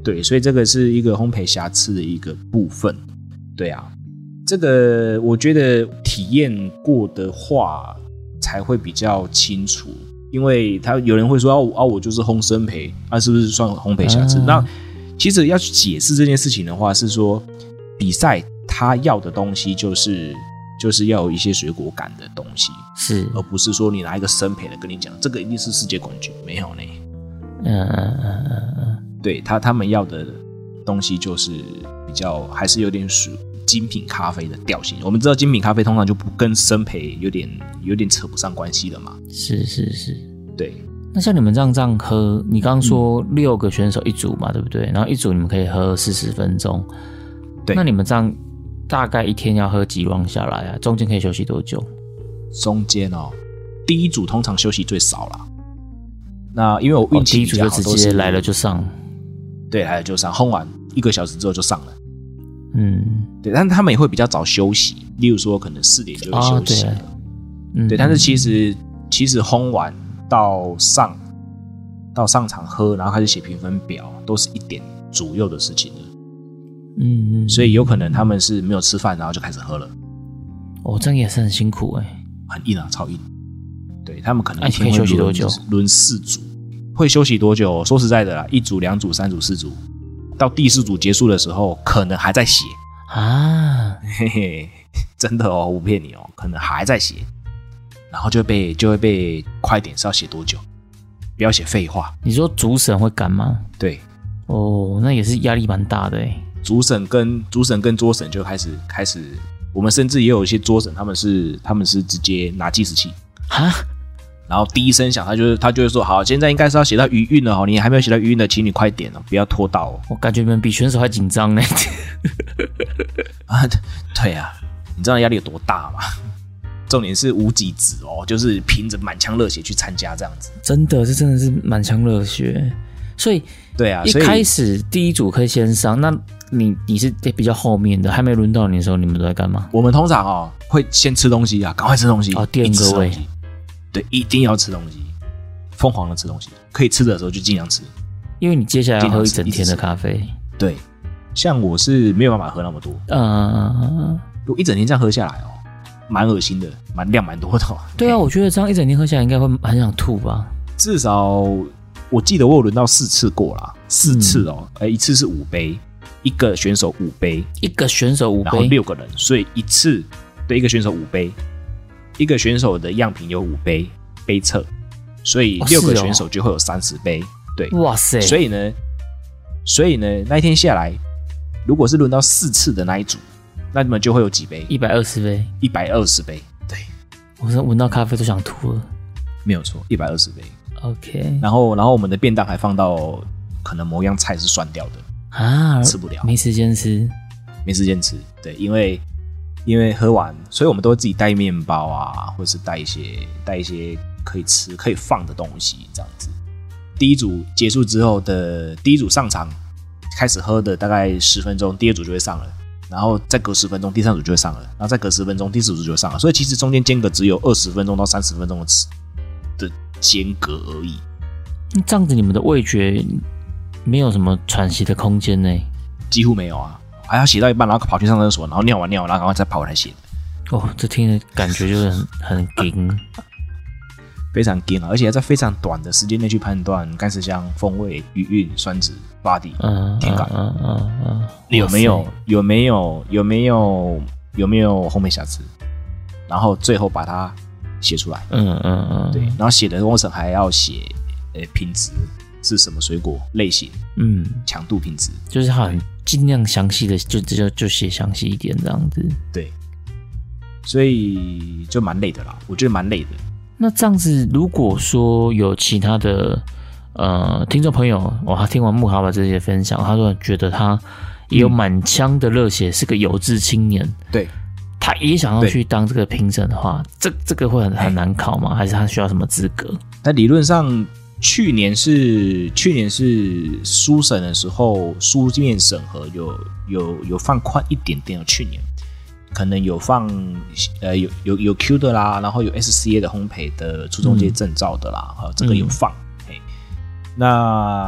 对，所以这个是一个烘焙瑕疵的一个部分。对啊，这个我觉得体验过的话才会比较清楚，因为他有人会说啊，我就是烘生焙，啊是不是算烘焙瑕疵？嗯、那其实要去解释这件事情的话，是说比赛他要的东西就是就是要有一些水果感的东西， 是， 而不是说你拿一个生焙的跟你讲，这个一定是世界冠军，没有呢。 嗯嗯嗯嗯嗯， 对他他们要的东西就是比较还是有点属精品咖啡的调性。我们知道精品咖啡通常就不跟生焙有点有点扯不上关系了嘛。 是是是， 对。 那像你们这样这样喝，你刚刚说六个选手一组嘛，对不对？然后一组你们可以喝四十分钟，对。那你们这样大概一天要喝几 round 下来啊？中间可以休息多久？ 中间哦，第一组通常休息最少啦。那因为我运气比较好， 第一组就直接来了就上， 对，来了就上，烘完一个小时之后就上了。 嗯， 对，但是他们也会比较早休息，例如说可能四点就会休息了。哦、对, 嗯、对，但是其实其实烘完到上到上场喝，然后开始写评分表，都是一点左右的事情了。 嗯嗯， 所以有可能他们是没有吃饭，然后就开始喝了。 哦，这样也是很辛苦哎、欸， 很硬啊，超硬。对，他们可能一天会轮、啊、休息多久？ 轮四组，会休息多久？说实在的啦，一组、两组、三组、四组，到第四组结束的时候，可能还在写啊， 嘿嘿，真的哦，我不骗你哦，可能还在写，然后就被就会被快点是要写多久？不要写废话。 你说主审会赶吗？ 对， 哦，那也是压力蛮大的哎。 主审跟主审跟桌审就开始开始，我们甚至也有一些桌审，他们是他们是直接拿计时器哈。 然后第一声响，他就是他就会说：“好，现在应该是要写到余韵了哦，你还没有写到余韵的，请你快点哦，不要拖到哦。” 我感觉你们比选手还紧张呢。 啊，对啊，你知道压力有多大吗？重点是无极子哦，就是凭着满腔热血去参加这样子。 真的，这真的是满腔热血。所以， 对啊， 一开始第一组可以先上，那你你是比较后面的，还没轮到你的时候，你们都在干嘛？ 我们通常哦会先吃东西啊，赶快吃东西哦，垫个胃。 对，一定要吃东西，疯狂的吃东西，可以吃的时候就尽量吃， 因为你接下来要喝一整天的咖啡。 对，像我是没有办法喝那么多， 嗯， 如果一整天这样喝下来哦，蛮恶心的，蛮量蛮多的、哦。 对啊，我觉得这样一整天喝下来应该会很想吐吧。 至少我记得我有轮到四次过啦，四次哦，嗯、一次是五杯，一个选手五杯， 一个选手五杯， 然后六个人，所以一次对一个选手五杯。一个选手的样品有五杯杯测，所以六个选手就会有三十杯。对， 哇塞！ 所以呢，所以呢，那一天下来，如果是轮到四次的那一组，那你们就会有几杯？ 一百二十杯， 一百二十杯。对， 我说闻到咖啡都想吐了。 没有错，一百二十杯。 OK。 然后，然后我们的便当还放到可能某样菜是酸掉的啊， 吃不了， 没时间吃， 没时间吃。对，因为。因为喝完，所以我们都会自己带面包啊，或者是带一些带一些可以吃、可以放的东西，这样子。第一组结束之后的第一组上场开始喝的大概十分钟，第二组就会上了，然后再隔十分钟，第三组就会上了，然后再隔十分钟，第四组就会上了。所以其实中间间隔只有二十分钟到三十分钟的的间隔而已。 这样子你们的味觉没有什么喘息的空间呢？ 几乎没有啊。还要写到一半，然后跑去上厕所，然后尿完尿，然后赶快再跑回来写。 哦，这听的感觉就是很很紧， 非常紧啊！而且在非常短的时间内去判断干湿香、风味、余韵、酸质、body、 嗯、 甜感， 嗯嗯嗯， 有没有有没有有没有有没有烘焙瑕疵，然后最后把它写出来。 嗯嗯嗯， 对，然后写的过程还要写呃品质是什么水果类型， 嗯， 强度品质， 就是很尽量详细的就就就写详细一点这样子。 对，所以就蛮累的啦，我觉得蛮累的。 那这样子，如果说有其他的呃听众朋友，哇，他听完木哈巴这些分享，他说觉得他也有满腔的热血，嗯、是个有志青年， 对， 他也想要去当这个评审的话，这这个会很很难考吗？还是他需要什么资格？ 但理论上。去年是去年是书审的时候，书面审核有有有放宽一点点。去年可能有放呃有有有 Q 的啦，然后有 S C A 的烘焙的初中阶证照的啦，嗯、这个有放。嗯、那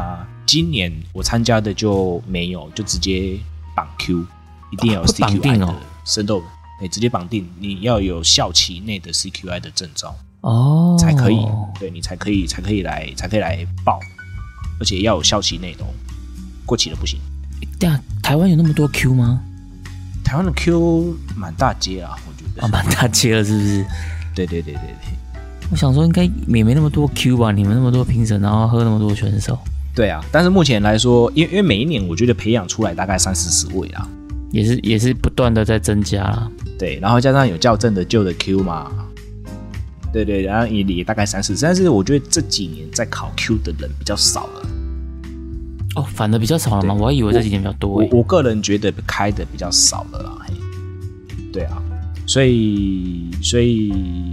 今年我参加的就没有，就直接绑 Q， 一定要有 C Q I 的生豆，对，直接绑定，你要有校期内的 C Q I 的证照哦， 才可以，对你才可以才可以来才可以来报，而且要有校期内的哦，过期了不行。 对啊，台湾有那么多 Q 吗？ 台湾的 Q 满大街啊，我觉得。啊， 满大街了是不是？ 对对对对对。 我想说应该也没那么多 Q 吧，你们那么多评审，然后喝那么多选手。 对啊，但是目前来说，因为因为每一年我觉得培养出来大概三四十位啦， 也是也是不断的在增加啦。 对，然后加上有校正的旧的 Q 嘛，对对，然后也也大概三四十，但是我觉得这几年在考 Q 的人比较少了。 哦，反而比较少了吗？我还以为这几年比较多。 我我个人觉得开的比较少了啦。嘿，对啊，所以所以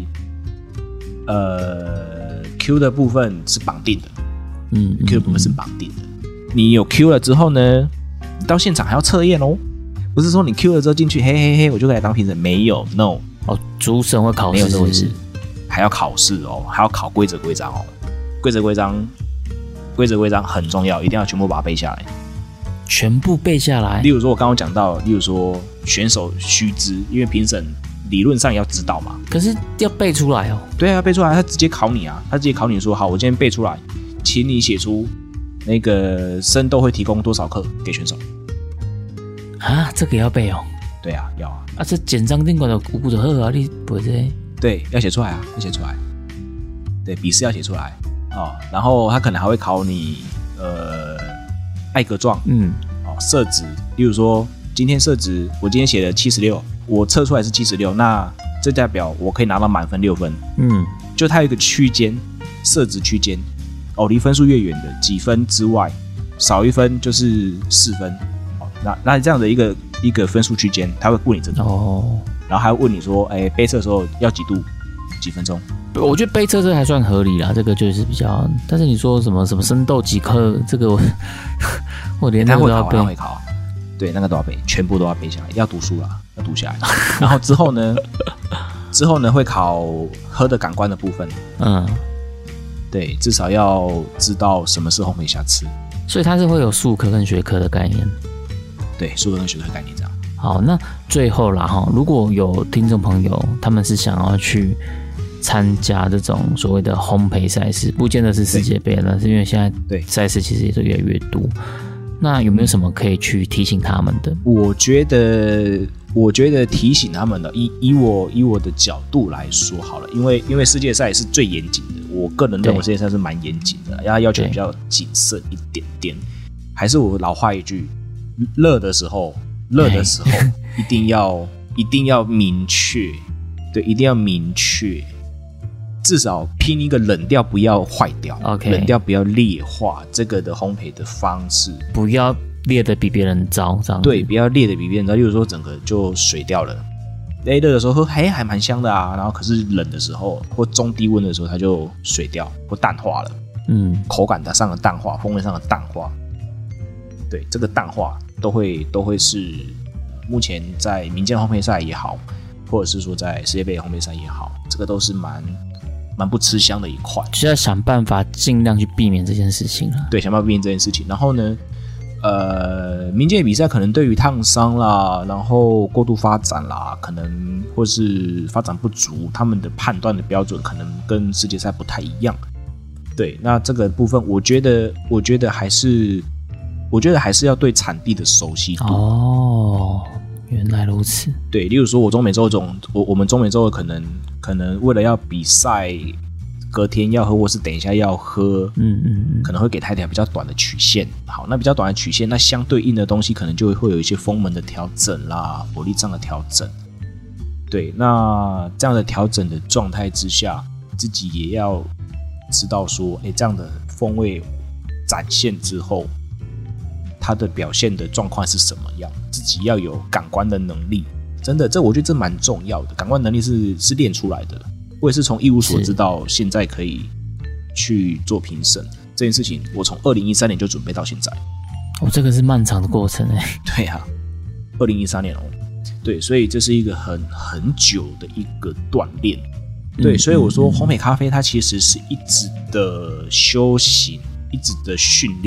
呃 ，Q 的部分是绑定的，嗯 ，Q 的部分是绑定的。你有 Q 了之后呢，你到现场还要测验哦，不是说你 Q 了之后进去，嘿嘿嘿，我就可以来当评审，没有 ，no。 哦，主审会考试，没有这回事， 还要考试哦，还要考规则规章哦，规则规章。规则规章很重要，一定要全部把它背下来。 全部背下来。 例如说，我刚刚讲到，例如说选手须知，因为评审理论上也要知道嘛。 可是要背出来哦。 对啊，背出来，他直接考你啊，他直接考你说，好，我今天背出来，请你写出那个生豆会提供多少克给选手。 啊，这个也要背哦。 对啊，要啊。 啊，这简章顶管的有顾就好啊，你不这？ 对，要写出来啊，要写出来。对，笔试要写出来。哦，然后他可能还会考你，呃，艾格状，嗯，哦，色值，例如说今天色值，我今天写了七十六，我测出来是七十六，那这代表我可以拿到满分六分，嗯，就它有一个区间，色值区间，哦，离分数越远的几分之外，少一分就是四分，哦，那那这样的一个一个分数区间，他会问你这种，哦，然后还会问你说，哎，杯测的时候要几度，几分钟。 我觉得杯测这还算合理啦，这个就是比较。但是你说什么什么生豆几克，这个我我连那个都要背。 他会考，啊，对，那个都要背，全部都要背下来，要读书啦，要读下来。然后之后呢，之后呢会考喝的感官的部分。嗯，对，至少要知道什么是烘焙瑕疵。 所以它是会有术科跟学科的概念。 对，术科跟学科概念这样。 好，那最后啦哈，如果有听众朋友他们是想要去参加这种所谓的烘焙赛事，不见得是世界杯，但是因为现在赛事其实也是越来越多。那有没有什么可以去提醒他们的？ 我觉得，我觉得提醒他们的，以以我以我的角度来说好了，因为因为世界赛是最严谨的，我个人认为世界赛是蛮严谨的，要要求比较谨慎一点点。还是我老话一句，热的时候，热的时候一定要一定要明确，对，一定要明确。至少拼一个冷掉不要坏掉 ，OK， 冷掉不要劣化，这个的烘焙的方式， 不要裂得比别人糟，这样对，不要裂得比别人糟。例如说整个就水掉了，哎，热的时候喝还还蛮香的啊，然后可是冷的时候或中低温的时候它就水掉或淡化了，嗯，口感上的淡化，风味上的淡化，对，这个淡化都会都会是目前在民间烘焙赛也好，或者是说在世界杯的烘焙赛也好，这个都是蛮。蛮不吃香的一块， 就是要想办法尽量去避免这件事情了。 对，想办法避免这件事情。然后呢，呃，民间比赛可能对于烫伤啦，然后过度发展啦，可能或是发展不足，他们的判断的标准可能跟世界赛不太一样。对，那这个部分，我觉得，我觉得还是，我觉得还是要对产地的熟悉度。 哦。原来如此， 对，例如说，我中美洲种，我我们中美洲可能可能为了要比赛，隔天要喝，或是等一下要喝，嗯嗯嗯，可能会给它一条比较短的曲线。好，那比较短的曲线，那相对应的东西可能就会有一些风门的调整啦，火力上的调整。对，那这样的调整的状态之下，自己也要知道说，哎，这样的风味展现之后，它的表现的状况是什么样，自己要有感官的能力，真的，这我觉得这蛮重要的。感官能力是是练出来的。我也是从一无所知到现在可以去做评审这件事情，我从二零一三年就准备到现在。 哦，这个是漫长的过程哎。 对啊，二零一三年哦，对，所以这是一个很很久的一个锻炼。对，嗯、所以我说烘焙咖啡它其实是一直的修行，一直的训练。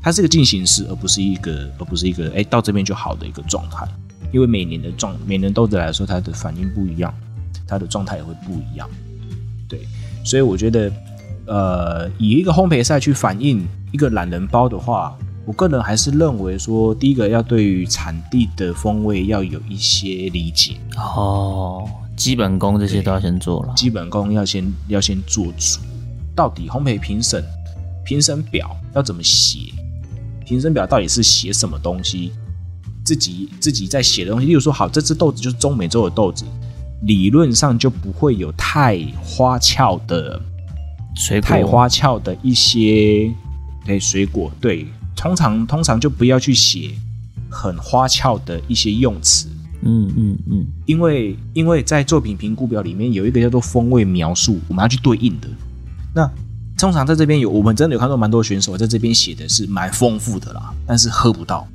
它是一个进行式，而不是一个而不是一个哎到这边就好的一个状态。因为每年的状每年豆子来说，它的反应不一样，它的状态也会不一样。对，所以我觉得，呃，以一个烘焙赛去反映一个懒人包的话，我个人还是认为说，第一个要对于产地的风味要有一些理解哦，基本功这些都要先做了， 基本功要先要先做足。到底烘焙评审评审表要怎么写？评审表到底是写什么东西？自己自己在写的东西，例如说，好，这只豆子就是中美洲的豆子，理论上就不会有太花俏的水果， 太花俏的一些对水果，对，通常通常就不要去写很花俏的一些用词， 嗯嗯嗯， 因为因为在作品评估表里面有一个叫做风味描述，我们要去对应的。那通常在这边有，我们真的有看到蛮多选手在这边写的是蛮丰富的啦，但是喝不到，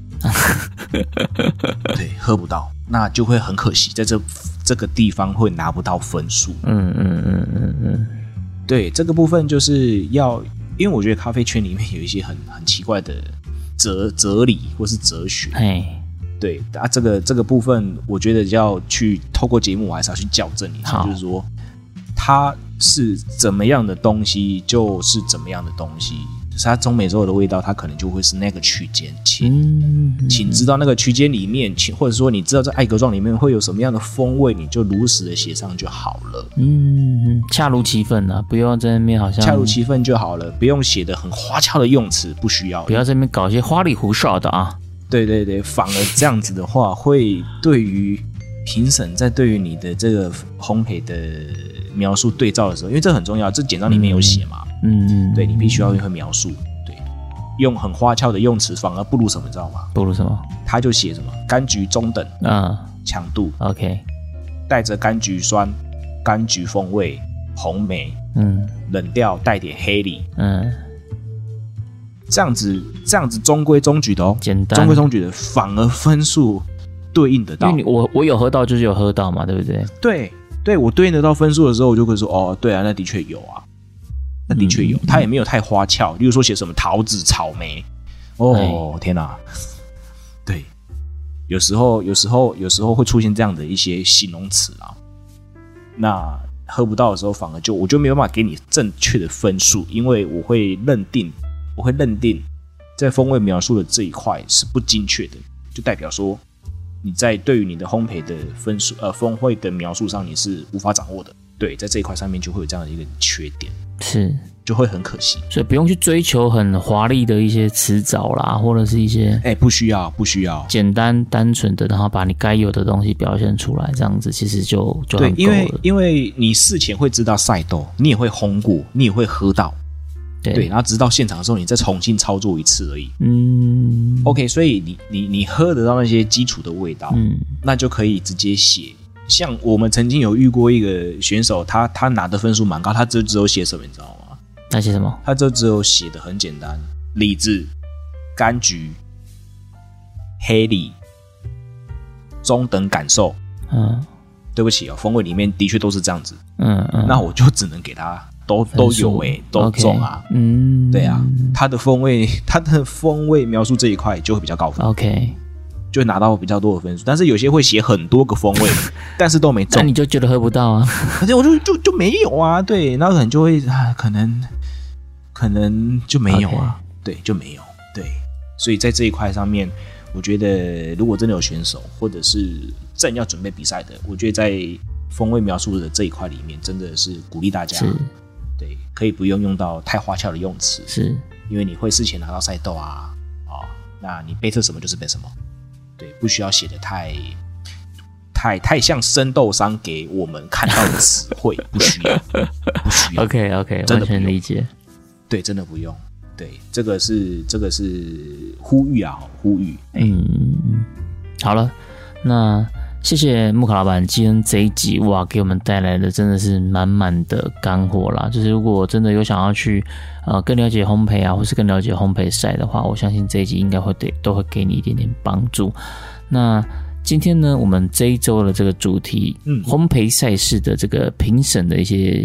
对，喝不到，那就会很可惜，在这这个地方会拿不到分数。嗯嗯嗯嗯嗯，对，这个部分就是要，因为我觉得咖啡圈里面有一些很很奇怪的哲哲理或是哲学，对啊，这个这个部分我觉得要去透过节目，我还是要去校正一下，就是说它是怎么样的东西，就是怎么样的东西。就是它中美洲的味道，它可能就会是那个区间，请、嗯、请知道那个区间里面，请或者说你知道在艾格状里面会有什么样的风味，你就如实的写上就好了。嗯， 恰如其分啊，不用在那边好像恰如其分就好了，不用写的很花俏的用词，不需要， 不要在那边搞一些花里胡哨的啊。 对对对，反而这样子的话，会对于评审在对于你的这个烘焙的描述对照的时候，因为这很重要，这简章里面有写嘛。嗯嗯，对，你必须要会描述，对，用很花俏的用词反而不如什么，你知道吗？ 不如什么？ 他就写什么柑橘中等，嗯，强度 ，OK， 带着柑橘酸、柑橘风味、红莓，嗯，冷调带点黑梨，嗯，这样子这样子中规中矩的哦， 简单， 中规中矩的，反而分数对应得到。 因为我我有喝到就是有喝到嘛，对不对？ 对对，我对应得到分数的时候，我就会说哦，对啊，那的确有啊。那的确有，它也没有太花俏，例如说写什么桃子、草莓，哦天哪，对，有时候有时候有时候会出现这样的一些形容词啦，那喝不到的时候，反而就我就没有办法给你正确的分数，因为我会认定，我会认定在风味描述的这一块是不精确的，就代表说你在对于你的烘焙的分数呃风味的描述上你是无法掌握的。对，在这一块上面就会有这样的一个缺点， 是就会很可惜， 所以不用去追求很华丽的一些词藻啦，或者是一些哎、欸，不需要，不需要， 简单单纯的，然后把你该有的东西表现出来，这样子其实就就很够了。对， 因为因为你事前会知道赛豆，你也会烘过，你也会喝到，对，对然后直到现场的时候，你再重新操作一次而已。嗯 ，OK， 所以你你你喝得到那些基础的味道，嗯，那就可以直接写。像我们曾经有遇过一个选手，他他拿的分数蛮高，他只只有写什么，你知道吗？ 他写什么？ 他就只有写的很简单：李子、柑橘、黑梨、中等感受。嗯，对不起哦，风味里面的确都是这样子。嗯嗯，那我就只能给他都都有诶、欸，都中啊。Okay, 嗯，对啊，他的风味，他的风味描述这一块就会比较高分。 OK。 就会拿到比较多的分数，但是有些会写很多个风味，但是都没中， 那你就觉得喝不到啊？ 而且我就就就没有啊，对，然后可能就会啊，可能可能就没有啊， okay. 对，就没有，对，所以在这一块上面，我觉得如果真的有选手或者是正要准备比赛的，我觉得在风味描述的这一块里面，真的是鼓励大家，对，可以不用用到太花俏的用词， 是因为你会事前拿到赛豆啊，哦，那你杯测什么就是杯什么。对，不需要写的太太太像生豆商给我们看到的词汇，不需要，不需要。 OK OK， 完全理解。 对，真的不用。对，这个是这个是呼吁啊，呼吁。嗯， 好了，那谢谢木卡老板今天这一集哇，给我们带来的真的是满满的干货啦。就是如果真的有想要去呃更了解烘焙啊，或是更了解烘焙赛的话，我相信这一集应该会对都会给你一点点帮助。那今天呢，我们这一周的这个主题，嗯，烘焙赛事的这个评审的一些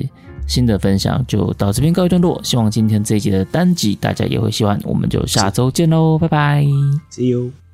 新的分享就到这边告一段落，希望今天这一集的单集大家也会喜欢，我们就下周见喽，拜拜 ，See you。